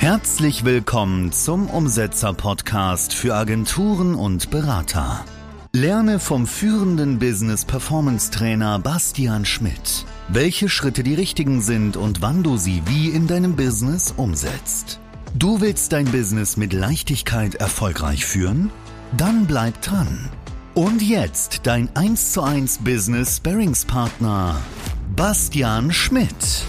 Herzlich willkommen zum Umsetzer-Podcast für Agenturen und Berater. Lerne vom führenden Business-Performance-Trainer Bastian Schmidt, welche Schritte die richtigen sind und wann du sie wie in deinem Business umsetzt. Du willst dein Business mit Leichtigkeit erfolgreich führen? Dann bleib dran. Und jetzt dein 1:1 Business-Sparringspartner Bastian Schmidt.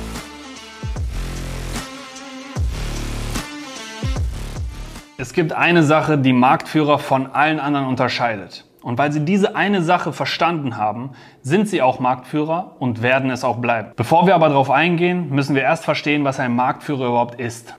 Es gibt eine Sache, die Marktführer von allen anderen unterscheidet. Und weil sie diese eine Sache verstanden haben, sind sie auch Marktführer und werden es auch bleiben. Bevor wir aber darauf eingehen, müssen wir erst verstehen, was ein Marktführer überhaupt ist.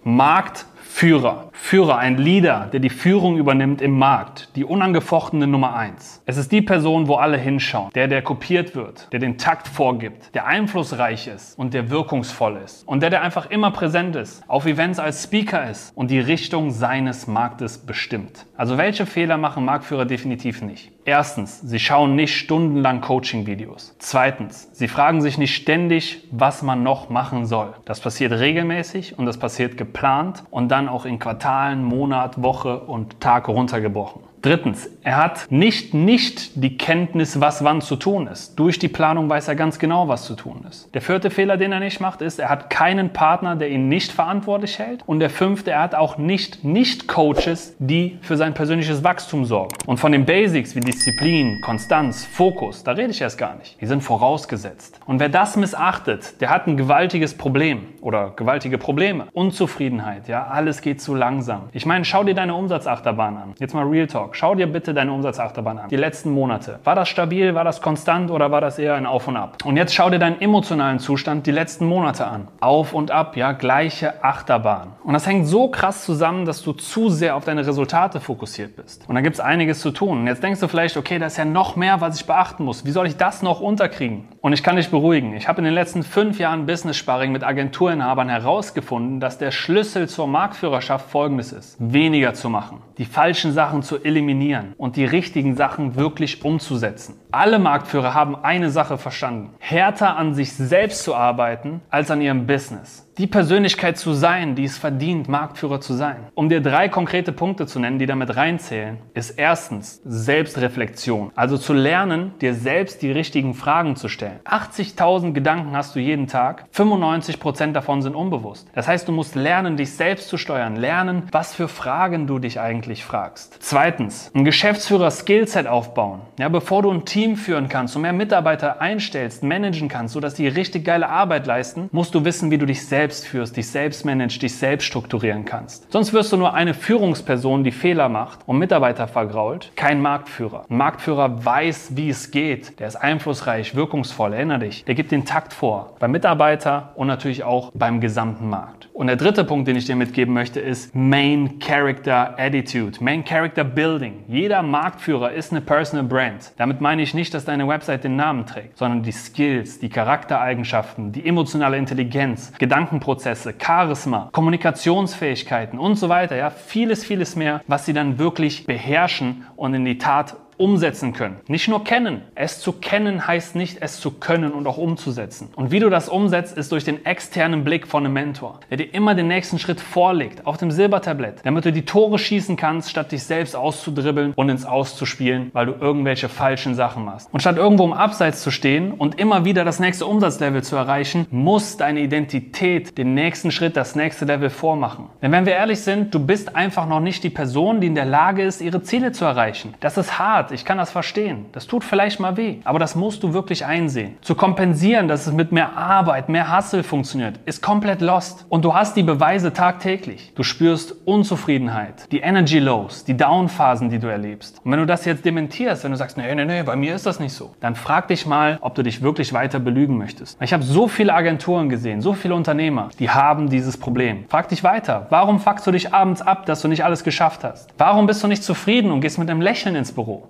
Führer, ein Leader, der die Führung übernimmt im Markt, die unangefochtene Nummer 1. Es ist die Person, wo alle hinschauen, der kopiert wird, der den Takt vorgibt, der einflussreich ist und der wirkungsvoll ist und der einfach immer präsent ist, auf Events als Speaker ist und die Richtung seines Marktes bestimmt. Also welche Fehler machen Marktführer definitiv nicht? Erstens, sie schauen nicht stundenlang Coaching-Videos. Zweitens, sie fragen sich nicht ständig, was man noch machen soll. Das passiert regelmäßig und das passiert geplant und dann auch in Quartalen, Monat, Woche und Tag runtergebrochen. Drittens, er hat nicht die Kenntnis, was wann zu tun ist. Durch die Planung weiß er ganz genau, was zu tun ist. Der vierte Fehler, den er nicht macht, ist, er hat keinen Partner, der ihn nicht verantwortlich hält. Und der fünfte, er hat auch nicht Coaches, die für sein persönliches Wachstum sorgen. Und von den Basics wie Disziplin, Konstanz, Fokus, da rede ich erst gar nicht. Die sind vorausgesetzt. Und wer das missachtet, der hat ein gewaltiges Problem oder gewaltige Probleme. Unzufriedenheit, ja, alles geht zu langsam. Ich meine, schau dir deine Umsatzachterbahn an. Jetzt mal Real Talk. Schau dir bitte deine Umsatzachterbahn an. Die letzten Monate. War das stabil, war das konstant oder war das eher ein Auf und Ab? Und jetzt schau dir deinen emotionalen Zustand die letzten Monate an. Auf und ab, ja, gleiche Achterbahn. Und das hängt so krass zusammen, dass du zu sehr auf deine Resultate fokussiert bist. Und da gibt es einiges zu tun. Und jetzt denkst du vielleicht, okay, da ist ja noch mehr, was ich beachten muss. Wie soll ich das noch unterkriegen? Und ich kann dich beruhigen. Ich habe in den letzten 5 Jahren Business-Sparring mit Agenturinhabern herausgefunden, dass der Schlüssel zur Marktführerschaft folgendes ist. Weniger zu machen. Die falschen Sachen zu eliminieren und die richtigen Sachen wirklich umzusetzen. Alle Marktführer haben eine Sache verstanden. Härter an sich selbst zu arbeiten als an ihrem Business. Die Persönlichkeit zu sein, die es verdient, Marktführer zu sein. Um dir 3 konkrete Punkte zu nennen, die damit reinzählen, ist erstens Selbstreflexion. Also zu lernen, dir selbst die richtigen Fragen zu stellen. 80.000 Gedanken hast du jeden Tag, 95% davon sind unbewusst. Das heißt, du musst lernen, dich selbst zu steuern, lernen, was für Fragen du dich eigentlich fragst. Zweitens, ein Geschäftsführer-Skillset aufbauen. Ja, bevor du ein Team führen kannst und mehr Mitarbeiter einstellst, managen kannst, sodass die richtig geile Arbeit leisten, musst du wissen, wie du dich selbst führst, dich selbst managst, dich selbst strukturieren kannst. Sonst wirst du nur eine Führungsperson, die Fehler macht und Mitarbeiter vergrault, kein Marktführer. Ein Marktführer weiß, wie es geht. Der ist einflussreich, wirkungsvoll, erinnere dich. Der gibt den Takt vor. Beim Mitarbeiter und natürlich auch beim gesamten Markt. Und der dritte Punkt, den ich dir mitgeben möchte, ist Main Character Attitude. Main Character Building. Jeder Marktführer ist eine Personal Brand. Damit meine ich nicht, dass deine Website den Namen trägt, sondern die Skills, die Charaktereigenschaften, die emotionale Intelligenz, Gedankenprozesse, Charisma, Kommunikationsfähigkeiten und so weiter. Ja, vieles mehr, was sie dann wirklich beherrschen und in die Tat umsetzen können. Nicht nur kennen. Es zu kennen heißt nicht, es zu können und auch umzusetzen. Und wie du das umsetzt, ist durch den externen Blick von einem Mentor, der dir immer den nächsten Schritt vorlegt, auf dem Silbertablett, damit du die Tore schießen kannst, statt dich selbst auszudribbeln und ins Auszuspielen, weil du irgendwelche falschen Sachen machst. Und statt irgendwo im Abseits zu stehen und immer wieder das nächste Umsatzlevel zu erreichen, muss deine Identität den nächsten Schritt, das nächste Level vormachen. Denn wenn wir ehrlich sind, du bist einfach noch nicht die Person, die in der Lage ist, ihre Ziele zu erreichen. Das ist hart. Ich kann das verstehen. Das tut vielleicht mal weh, aber das musst du wirklich einsehen. Zu kompensieren, dass es mit mehr Arbeit, mehr Hustle funktioniert, ist komplett lost. Und du hast die Beweise tagtäglich. Du spürst Unzufriedenheit, die Energy Lows, die Down-Phasen, die du erlebst. Und wenn du das jetzt dementierst, wenn du sagst, nee, bei mir ist das nicht so, dann frag dich mal, ob du dich wirklich weiter belügen möchtest. Ich habe so viele Agenturen gesehen, so viele Unternehmer, die haben dieses Problem. Frag dich weiter. Warum fuckst du dich abends ab, dass du nicht alles geschafft hast? Warum bist du nicht zufrieden und gehst mit einem Lächeln ins Büro?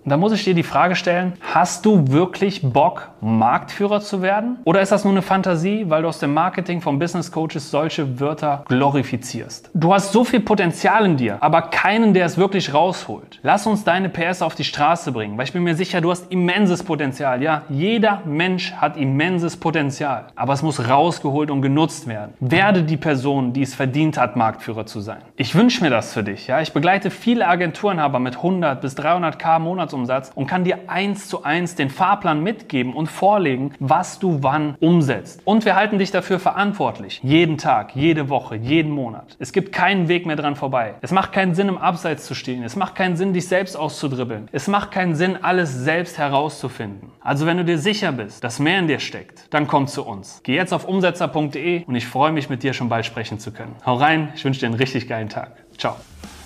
Und da muss ich dir die Frage stellen, hast du wirklich Bock, Marktführer zu werden? Oder ist das nur eine Fantasie, weil du aus dem Marketing von Business Coaches solche Wörter glorifizierst? Du hast so viel Potenzial in dir, aber keinen, der es wirklich rausholt. Lass uns deine PS auf die Straße bringen, weil ich bin mir sicher, du hast immenses Potenzial. Ja, jeder Mensch hat immenses Potenzial, aber es muss rausgeholt und genutzt werden. Werde die Person, die es verdient hat, Marktführer zu sein. Ich wünsche mir das für dich. Ja? Ich begleite viele Agenturenhaber mit 100 bis 300.000 Monatsumsatz und kann dir 1:1 den Fahrplan mitgeben und vorlegen, was du wann umsetzt. Und wir halten dich dafür verantwortlich. Jeden Tag, jede Woche, jeden Monat. Es gibt keinen Weg mehr dran vorbei. Es macht keinen Sinn, im Abseits zu stehen. Es macht keinen Sinn, dich selbst auszudribbeln. Es macht keinen Sinn, alles selbst herauszufinden. Also wenn du dir sicher bist, dass mehr in dir steckt, dann komm zu uns. Geh jetzt auf umsetzer.de und ich freue mich, mit dir schon bald sprechen zu können. Hau rein, ich wünsche dir einen richtig geilen Tag. Ciao.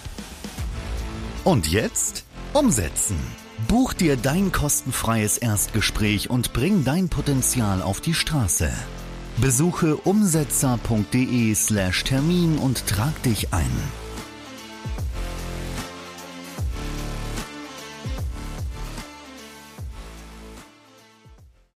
Und jetzt umsetzen. Buch dir dein kostenfreies Erstgespräch und bring dein Potenzial auf die Straße. Besuche umsetzer.de/Termin und trag dich ein.